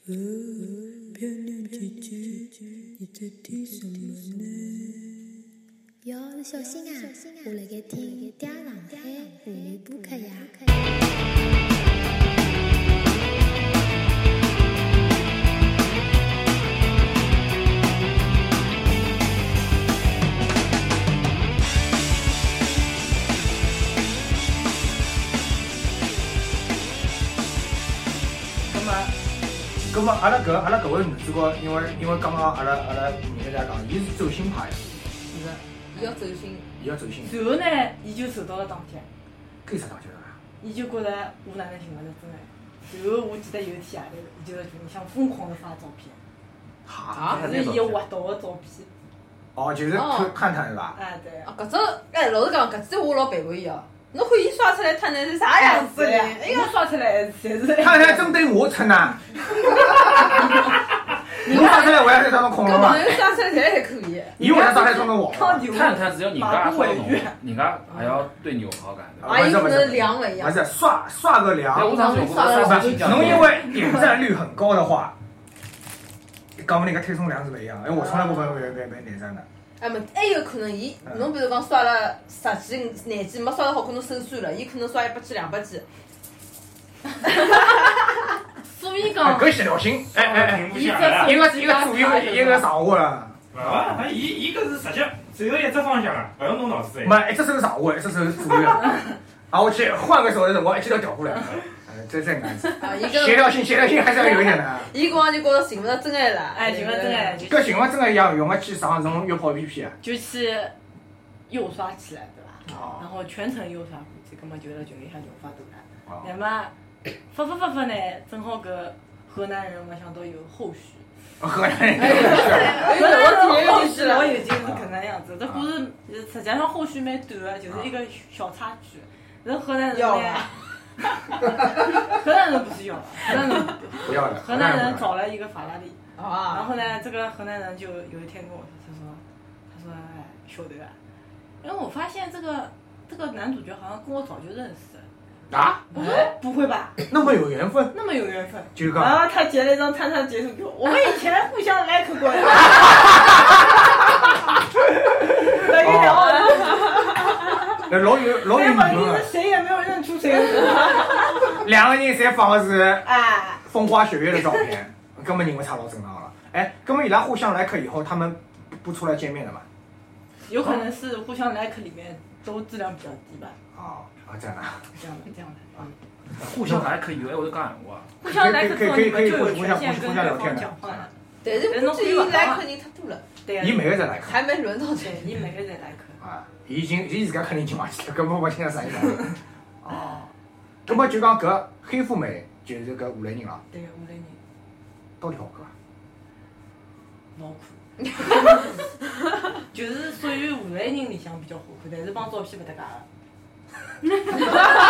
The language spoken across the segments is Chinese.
漂亮姐姐，你在听什么呢？ 哟，小新啊，我辣盖听《嗲上海妇女播客》呀。 咁么阿拉搿位男主角，因为刚刚阿拉人家讲，伊是走心派的， 是的，伊要走心。 伊要走心。 然后呢，伊就受到了打击。 搿啥打击啊？ 伊就觉着我哪能寻勿着真爱。然后我记得有一天夜头，伊就在群里向疯狂的发照片，就是伊滑倒的照片。 哦，就是探探是伐？ 哎，对。 啊，搿只老实讲，搿句话老陪伴伊哦。侬看伊刷出来探探是啥样子的？ 哎呀，刷出来侪是。 探探针对我出呢。侬刷出来我也是当成恐龙嘛。 搿朋友刷出来侪还可以。 伊为啥刷出来当成我？ 探探只要人家刷侬，人家还要对你有好感的。 啊，伊可能量勿一样。 不是刷个量。 我上次用过3星侬因为点赞率很高的话，讲明人家推送量是不一样，因为我从来不分点赞的。 哎么，还有可能伊，侬比如讲刷了10几、廿几，没刷得好，可能手酸了，伊可能刷100几、200几。 所以讲， 搿是良心，一个左右，一个上下了。 啊，伊搿是直接只有一只方向啊，勿用动脑子。 没，一只手上下，一只手左右。啊，我去换个手的辰光，一记头调过来。这样子。啊，协调性还是要有一点的。 伊搿光就觉着寻勿着真爱了。 哎，寻勿着真爱。 搿寻勿着真爱一样，用个去上从约炮 APP 啊。 就去右刷起来，对伐？然后全程右刷过去，葛末就辣群里向就发抖了。那么发呢，正好搿河南人没想到有后续。 河南人后续我已经是搿能样子，这故事实际上后续蛮短的，就是一个小插曲。然后河南人呢？河南人不是要了， 不要了。 河南人找了一个法拉利， 啊， 然后呢，这个河南人就有一天跟我说，他说哎，晓得啊，因为我发现这个男主角好像跟我早就认识了。 啊？ 我说不会吧？ 那么有缘分？ 那么有缘分。 就讲。 然后他截了一张探探截图给我，我们以前互相 like 过呀。等于聊了。 老有缘分。 谁也没有认出谁。 两个人侪放的是风花雪月的照片，根本认不差老正常了。哎，根本伊拉互相 like 以后，他们不出来见面了嘛？ 有可能是互相 like 里面都质量比较低吧。 这样的。 这样的啊。 互相 like 以为我是讲闲话。 互相 like 之后你们就有互权限跟对相聊天方讲话了。 但是估计伊 like 人太多了。 对啊。 伊每个人 like。 还没轮到这。 伊每个人 like。 伊自家肯定已经忘记了，根本没听到啥意思。那么就讲搿黑富美就是搿湖南人了。 对，湖南人。 到底好看伐？老苦。就是属于湖南人里向比较好看，但是帮照片勿搭界个。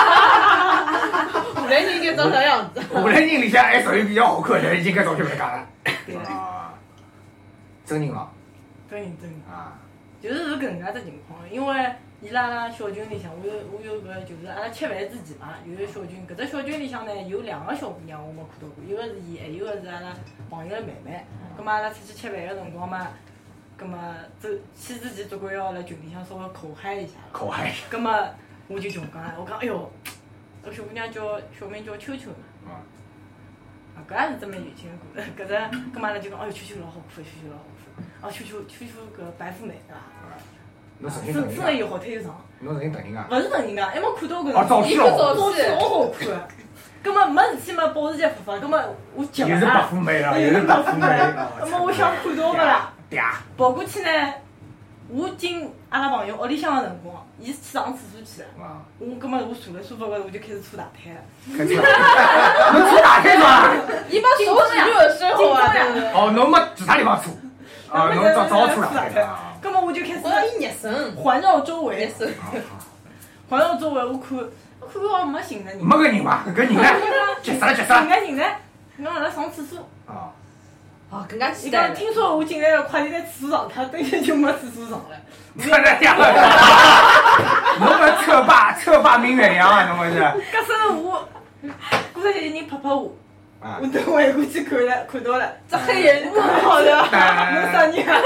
湖南人应该长啥样子？ 湖南人里向还属于比较好看，但是应该照片勿搭界了。 对。 真人了。 真人。就是搿能介只情况，因为伊拉小群里向，我有个就是阿拉吃饭之前嘛，有个小群，搿只小群里向呢有2个小姑娘我没看到过，一个是伊，还有个是阿拉朋友的妹妹。葛末阿拉出去吃饭个辰光嘛，葛末去之前总归要辣群里向稍微口嗨一下。葛末我就穷讲，我讲哎哟，搿小姑娘小名叫秋秋嘛。搿也是只蛮有劲个故事。葛末阿拉就讲，哎哟，秋秋老好看，秋秋老好看。秋秋搿白富美对伐？真的又好看又长。 侬是人等人啊？ 勿是等人家，还没看到搿个。照片老好看。葛末没事体嘛，保时捷发发，葛末我急了。 又是白富美了，又是白富美。 葛末我想看到个啦。 嗲。 跑过去呢，我进阿拉朋友屋里向个辰光，伊去上厕所去了。我葛末我坐辣沙发高头，我就开始搓大腿了。 侬搓大腿嘛？ 伊把手指热的时候啊。 哦，侬没其他地方搓。侬早搓大腿。 葛末我就开始。 我要一热身。 环绕周围。环绕周围，我看到没寻着人。 没个人嘛，搿人呢？急死了。 人呢？侬辣上厕所。 更加期待。 听说我进来了，快点在厕所上，他等下就没厕所上了。 真的呀！侬个策霸名媛样啊，侬个是。 搿时候我，过来有人拍我， 我等回过去看到了， 这黑眼睛好的， 侬啥人啊？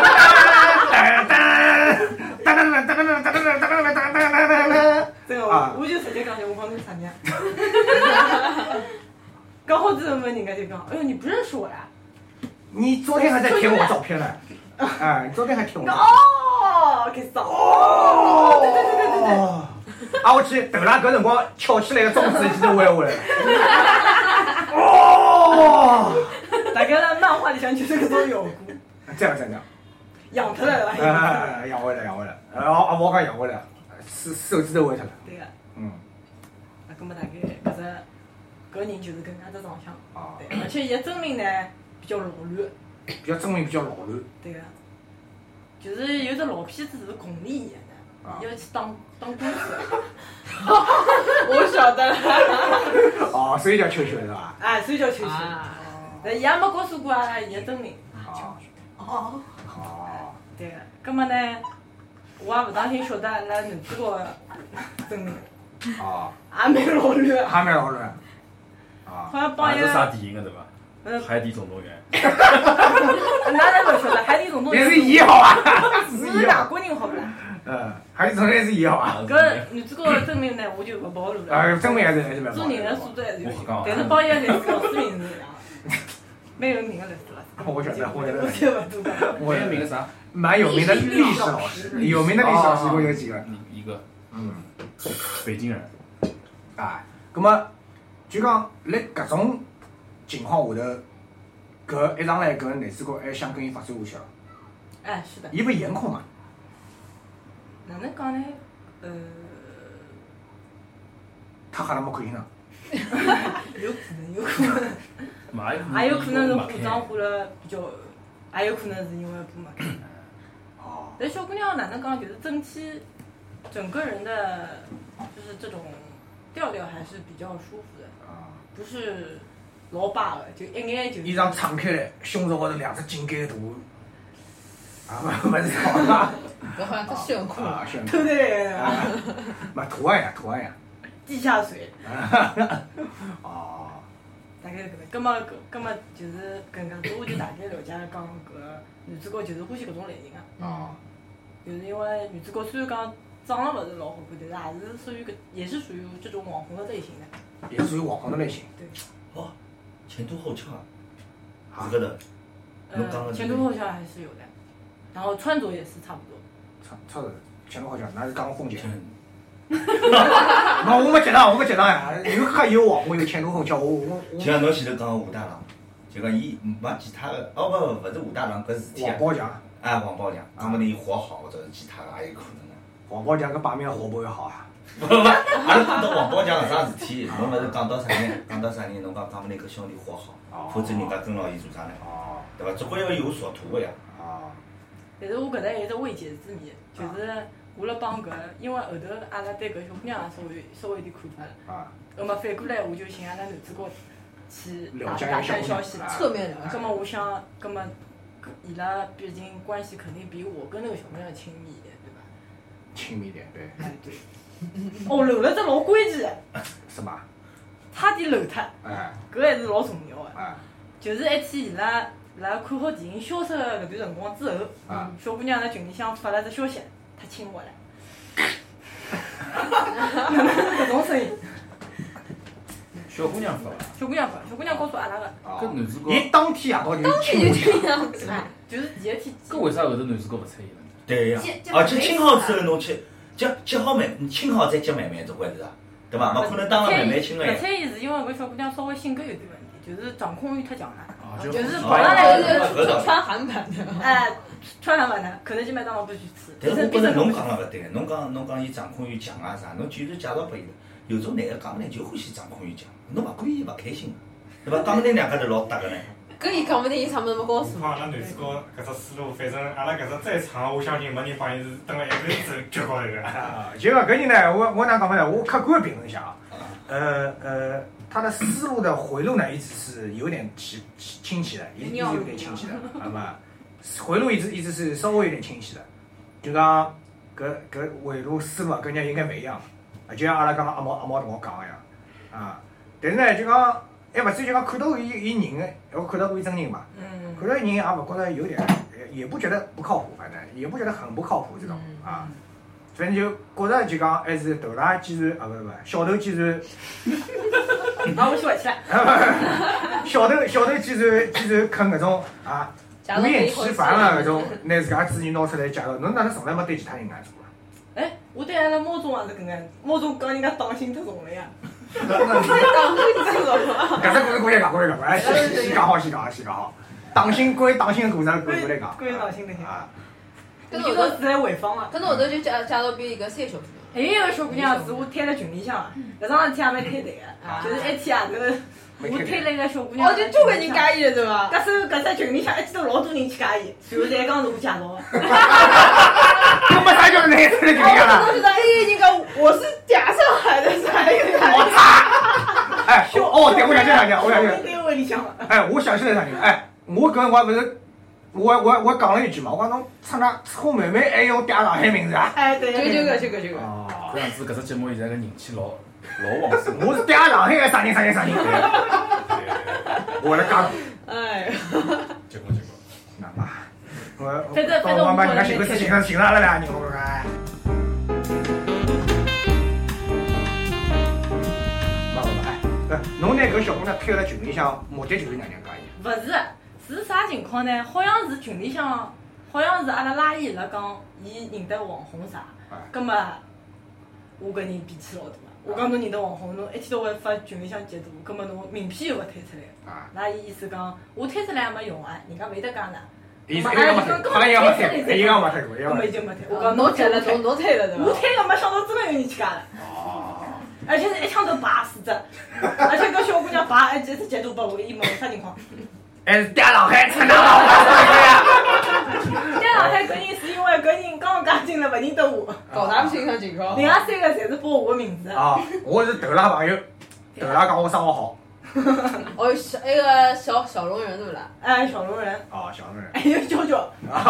真个，我就直接讲，我讲侬啥人啊？刚好这么人家就讲，哎呦，你不认识我呀？ 你昨天还在贴我照片呢，你昨天还贴我。 哦，开始哦， 对。啊，我去等啦，搿辰光翘起来个中指记头歪下来。哦。 大概在漫画里向就是搿种效果。 这样。 养脱了对伐？养回来。然后阿毛讲养回来，手指头歪脱了。 对个。 啊， 搿么大概搿人就是搿能介只长相。对，而且伊个真名呢比较老乱。 真名比较老乱。 对个。就是有只老片子是巩俐演的，要去当官司。 我晓得了。 哦，所以叫秋秋是吧？ 哎，所以叫秋秋。但伊也没告诉过阿拉伊个真名。 哦。 对个，葛末呢，我也勿当心晓得阿拉男主角个真名。 哦。 也蛮老乱。 还蛮老乱。啊。 好像帮一个。 是啥电影个对伐？海底总动员。 哪能勿晓得？海底总动员。 也是一号啊。 是外国人好不啦？ 海底总动员是一号啊。 搿男主角个真名呢，我就勿暴露了。 真名还是蛮。 做人个素质还是有限，但是帮伊个类似老师名是一样的，蛮有名个类似了。 我晓得。 我有名个啥？ 蛮有名的历史老师，有名的历史老师一共有几个？ 一个。北京人。 啊，葛么就讲辣搿种情况下头，搿一上来搿男主角还想跟伊发展下去了。 哎，是的。 伊勿颜控嘛？ 哪能讲呢？ 他喊他没看清呢。 有可能。也有可能是化妆化了比较，也有可能是因为不没看。但小姑娘哪能讲，就是整个人的，就是这种调调还是比较舒服的，不是老霸的，就一眼就。 衣裳敞开来，胸罩高头两只井盖大。勿是好吧？ 搿好像只炫酷。 偷得来的。 嘛，图案呀。 地下水。 哦。 大概是搿能，葛末就是搿能介，我就大概了解讲搿男主角就是欢喜搿种类型个。就是因为女主角虽然讲长得勿是老好看，但是也是属于也是属于这种网红的类型的。 也是属于网红的类型。 对。 哦，前凸后翘啊。是搿个。 前凸后翘还是有的，然后穿着也是差不多。 差不多，前凸后翘，那是刚封建。我没接上呀，有黑有黄，我有前凸后翘，我。 就像侬前头讲个武大郎，就讲伊没其他个，勿是武大郎搿事体。 王宝强。 王宝强，讲不定伊活好或者是其他个也有可能个。 王宝强搿把面活不会好啊？ 阿拉讲到王宝强搿桩事体，侬勿是讲到啥人？侬讲不定搿兄弟活好，否则人家跟牢伊做啥呢？对伐？总归要有所图个呀。 但是我搿搭有一只未解之谜，就是我辣帮搿，因为后头阿拉对搿小姑娘也稍微有点看法了。那么反过来我就寻阿拉男主角去打探消息了。 侧面了解。 那么我想，那么伊拉毕竟关系肯定比我跟那个小姑娘亲密一点，对吧？ 亲密一点，对。 哎，对。哦，漏了只老关键的。 什么？ 差点漏脱。搿还是老重要的。就是一天伊拉看好电影消失的搿段辰光之后，小姑娘辣群里向发了只消息，他亲我了。哪能是搿种声音？ 小姑娘发了。 小姑娘告诉阿拉个。 搿男主角。 伊当天夜到就亲我。 就是第一天。 搿为啥后头男主角勿睬伊了？ 对呀，而且亲好之后侬去接好亲好再接妹妹，总归是啊，对伐？勿可能当了妹妹亲个呀。 勿睬伊是因为搿小姑娘稍微性格有点问题，就是掌控欲太强了。 就是跑上来就是穿韩版的。 穿韩版的，肯德基、麦当劳不许吃。 但是我觉着侬讲了勿对，侬讲伊掌控欲强啊啥，侬居然介绍拨伊了。有种男个讲不定就欢喜掌控欲强，侬勿管伊勿开心，对伐？讲不定两家头老搭个呢。 搿伊讲不定伊啥物事没告诉。 阿拉男主角搿只思路，反正阿拉搿只再长，我相信没人帮伊是蹲辣一辈子脚高头个。 就搿人呢，我哪讲法呢？我客观评论一下啊。他的思路的回路呢，一直是有点清晰的，一直有点清晰的，好吧？回路一直是稍微有点清晰的，就讲搿回路思路跟人家应该勿一样，就像阿拉刚刚阿毛同学讲个呀，但是呢，就讲还勿至于讲看到伊人个，我看到过伊真人嘛，看到伊人也勿觉得有点，也不觉得不靠谱，反正也不觉得很不靠谱这种啊。反正就觉着就讲还是头大既然啊不，小头既然， 啊我想起来， 小头既然肯搿种啊不厌其烦了搿种拿自家主意拿出来介绍，侬哪能从来没对其他人搿样做啊？ 哎，我对阿拉猫总也是搿能，猫总讲人家党性太重了呀。 党性太重了。 搿只故事可以讲，哎，先讲好。党性关于党性的故事来讲。 关于党性那些。 啊。 搿后头是来回放啊。 搿侬后头就介绍比一个三个小姑娘。 还有一个小姑娘是我推了群里向啊，搿桩事体也蛮推对个，就是一天夜头。我推了一个小姑娘， 哦，就交关人介意了，对伐？ 搿只群里向一记头老多人去介意，然后侪讲是我介绍的。 那么啥叫那次的群里了？ 我觉得，哎，人家我是假上海的才有。 我操！哎，对，我想起来， 对我里向。 哎，我想起来啥人？哎，我搿辰光勿是，我讲了一句嘛，我讲侬出那臭妹妹还用嗲上海名字啊？ 哎，对。 就个。 哦， 这样子搿只节目现在个人气老旺盛。 我是嗲上海个啥人？我来讲。 哎。 结果。 那嘛， 反正我把人家寻上了俩人，我讲。侬拿搿小姑娘推辣群里向，目的就是哪能介意？ 勿是啥情况呢？好像是群里向，好像是阿拉拉伊辣讲，伊认得网红啥，葛末我搿人脾气老大个。我讲侬认得网红，侬一天到晚发群里向截图，葛末侬名片又勿推出来，那伊意思讲，我推出来也没用啊，人家勿会得讲的。 伊个没推，伊个没推过， 葛末伊就没推。我讲侬推了，侬推了对伐？ 我推个没想到真个有人去加了。而且是一枪头拔4只，而且搿小姑娘拔一只截图拨我，伊问啥情况？ 还是嗲上海，成上海。 嗲上海搿人是因为搿人刚加进来，勿认得我。 搞啥情况？ 另外3个侪是报我个名字。 啊，我是头拉朋友，头拉讲我生活好。 哦，那个小龙人对勿啦？ 哎，小龙人。 哦，小龙人。 还有娇娇。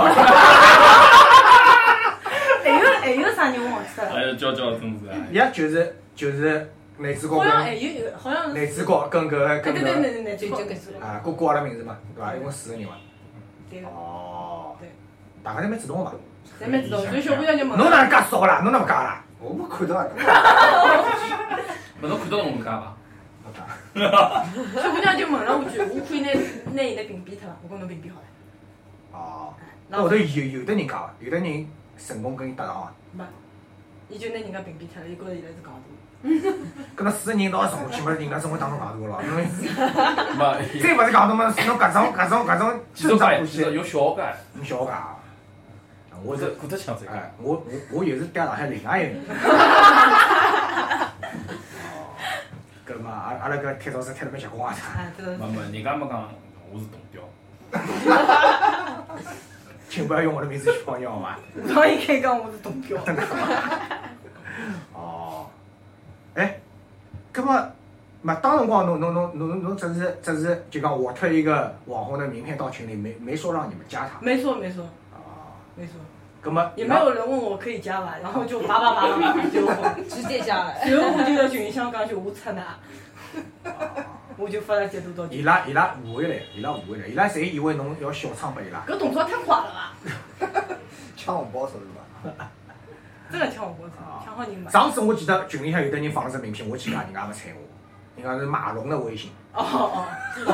还有啥人我忘记了？ 还有娇娇真是。 也就是男主角。 好像还有一个，好像是。 男主角跟搿对，就搿啊，哥哥阿拉名字嘛，对伐？一共4个人嘛。 对个。 哦。 对。 大家侪蛮主动个嘛。 侪蛮主动，所以小姑娘就问。 侬哪能介少啦？侬哪勿加啦？我没看到啊。 侬看到侬加伐？ 小姑娘就问了我句，我可以拿伊来屏蔽脱伐？我讲侬屏蔽好了。 哦。那后头有的人加伐？有的人成功跟伊搭上伐？ 没，伊就拿人家屏蔽脱了，伊觉着伊拉是戆大。 搿那4个人一道送过去嘛，人家总会当成戆大个咯。 没。 再勿是戆大嘛，侬搿种正常过去有小个。 有小个。我是搿只枪子。 哎，我又是嗲上海另外一个人。搿嘛，阿拉搿推导师推得蛮结棍啊！ 没，人家没讲我是董彪。 请不要用我的名字去泡尿好吗？ 我当然可以讲我是董彪。 哦，哎，搿么，嘛当辰光侬只是就讲我推一个网红的名片到群里，没说让你们加他。 没错。 哦。 没错。 搿么也没有人问我可以加伐，然后就叭就直接加了。 然后我就在群里向讲句我出哪，我就发了截图到。 伊拉误会了，伊拉侪以为侬要小仓拨伊拉。 搿动作太快了吧！ 抢红包是吧？ 真的抢红包，抢好人嘛。 上次我记得群里向有的人放了只名片，我去加人家也没睬我，人家是马龙的微信。 哦。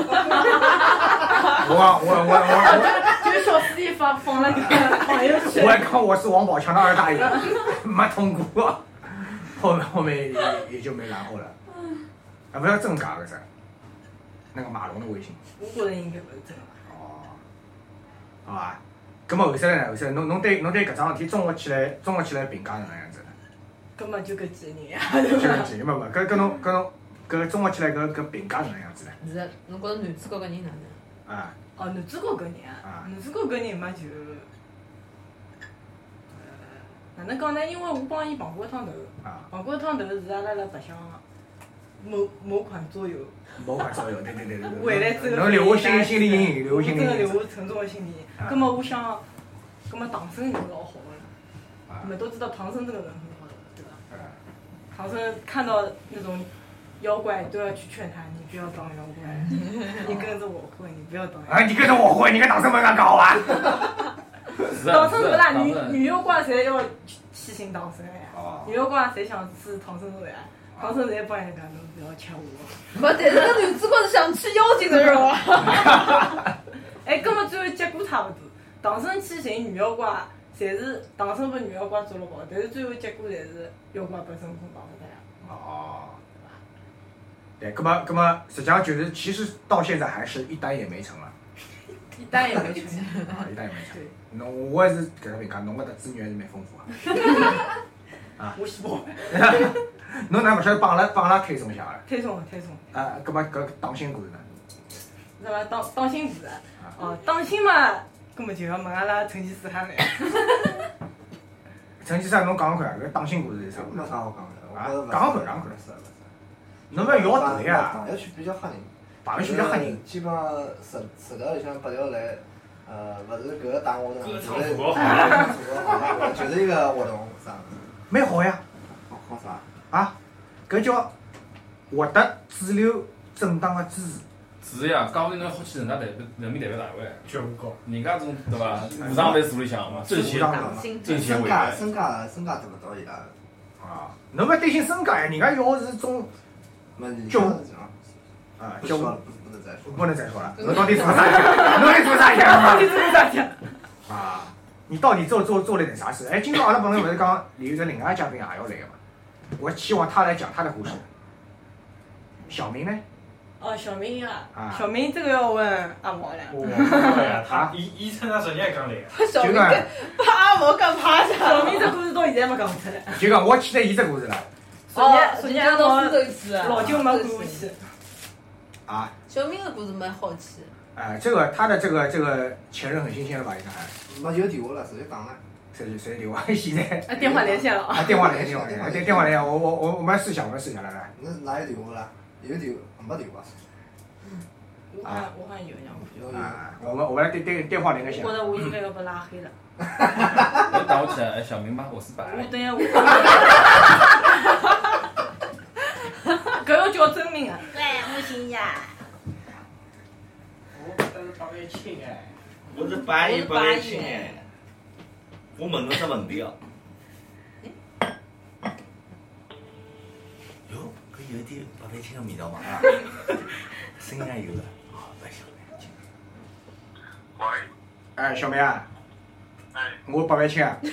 我就是小师弟放了个朋友圈。 我还看我是王宝强的2大爷，没通过，后面也就没然后了。啊，不要真假个噻，那个马龙的微信。 我觉得应该不是真的。 哦。好吧，咁么后头呢？侬对搿桩事体综合起来评价是哪样子呢？ 搿么就搿几个人呀。 就搿几个，没，搿侬搿综合起来搿评价是哪样子呢？ 是，侬觉着男主角搿人哪能？ 啊。 哦，男主角搿人啊，男主角搿人嘛就，哪能讲呢？因为我帮伊碰过一趟头，碰过一趟头是阿拉辣白相某款桌游。 某款桌游，对。 回来之后， 侬留下心理阴影， 真的留下沉重的心理阴影。葛末我想，葛末唐僧人老好的，你们都知道唐僧这个人很好的，对吧？唐僧看到那种妖怪都要去劝他，你不要当妖怪，你跟着我混，你不要当妖怪。 哎，你跟着我混，你跟唐僧们敢搞啊？ 唐僧不啦，女妖怪侪要去寻唐僧呀，女妖怪侪想吃唐僧肉呀，唐僧侪帮人家侬不要吃我。 不，但是那男主角是想吃妖精的肉啊。 哎，根本最后结果差不多，唐僧去寻女妖怪，侪是唐僧被女妖怪捉了跑，但是最后结果侪是妖怪被孙悟空绑了呀。 哦。对，那么实际上就是，其实到现在还是一单也没成了。 一单也没成。 啊，一单也没成。侬我还是搿能讲，侬搿搭资源还是蛮丰富啊。啊。 我希望。 侬哪勿晓得帮阿拉推送一下啊？ 推送。 啊，搿么搿党新故事呢？ 是吧？党新故事。哦，党新嘛，搿么就要问阿拉陈先生了。 陈先生，侬讲看，搿党新故事是啥？ 没啥好讲的， 啊，讲看。侬勿要摇头呀！ 朋友圈比较吓人， 朋友圈比较吓人。 基本上十条里向8条来，勿是搿个打活动，就是一个活动啥？ 蛮好呀。 好啥？ 啊，搿叫获得主流正当的支持。 是呀，讲不定侬好去人民代表大会， 觉悟高， 人家种对伐？无上班所里向嘛，政协委员， 身价得勿到伊拉。 啊，侬勿担心身价呀？人家要是种。就啊，就不能再说了。侬到底做啥去？侬在做啥去？啊，你到底做了点啥事？哎，今朝阿拉本来勿是讲有一个另外嘉宾也要来个嘛，我希望他来讲他的故事。小明呢？ 哦，小明啊，小明这个要问阿毛了。 对呀，他伊趁他昨天刚来。 小明把阿毛干趴下。 小明这故事到现在没讲出来。 就讲我期待伊只故事了。 昨天阿毛老舅没赶过去。 啊。 小明的故事蛮好奇。 这个他的这个前任很新鲜了吧？应该还。 没有电话了，直接打了。 谁电话？现在。 电话连线了啊。 电话连线，我们试一下，来。 那哪有电话啦？有电话，没电话。 我好像有。 啊，我们来电话连个线。 我觉得我应该要被拉黑了。 我打我起来，小明吧，我是白。 对呀，搿要叫真名啊！ 喂，我姓叶。 我是八月青哎。 我是八月青哎。我问侬只问题哦。哟，搿有点八月青的味道嘛啊！声音也有了，好，不晓得。 喂。 哎，小明啊。 哎。 我八月青啊。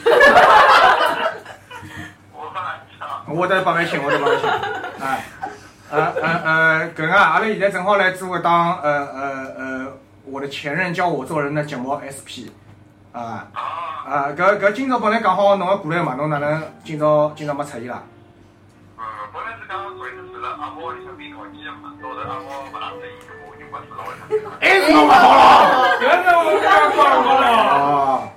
我在八月青，哎。搿个阿拉现在正好来做一档我的前任教我做人的节目 SP， 搿今朝本来讲好侬要过来嘛，侬哪能今朝没出现啦？ 本来是讲昨天是了阿毛里向备考机的嘛，到头阿毛勿拉出现，我就没知道了。 还是侬勿好了， 搿是我刚讲过了。 哦。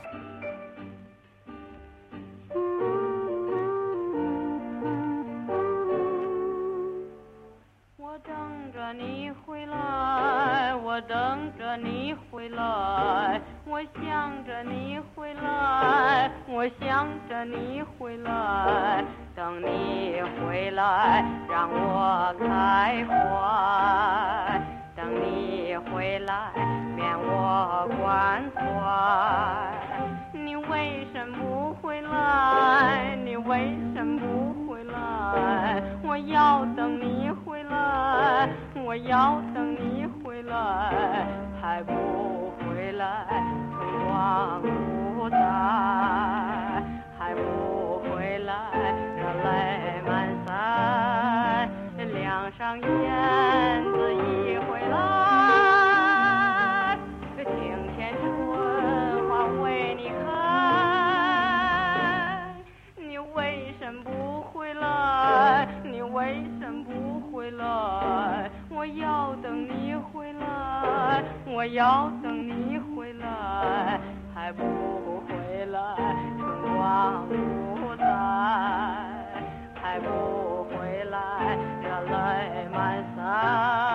我等着你回来，我想着你回来，我想着你回来，等你回来让我开怀，等你回来免我关怀。你为什么不回来？你为什么不回来？我要等你回来，我要等你回来，还不回来，春光不再，还不回来，热泪满腮，梁上燕子一回来，庭前春花为你开，你为什么不回来？你为什么不回来？我要等你回来，我要等你回来，还不回来，春光不再，还不回来，热泪满腮。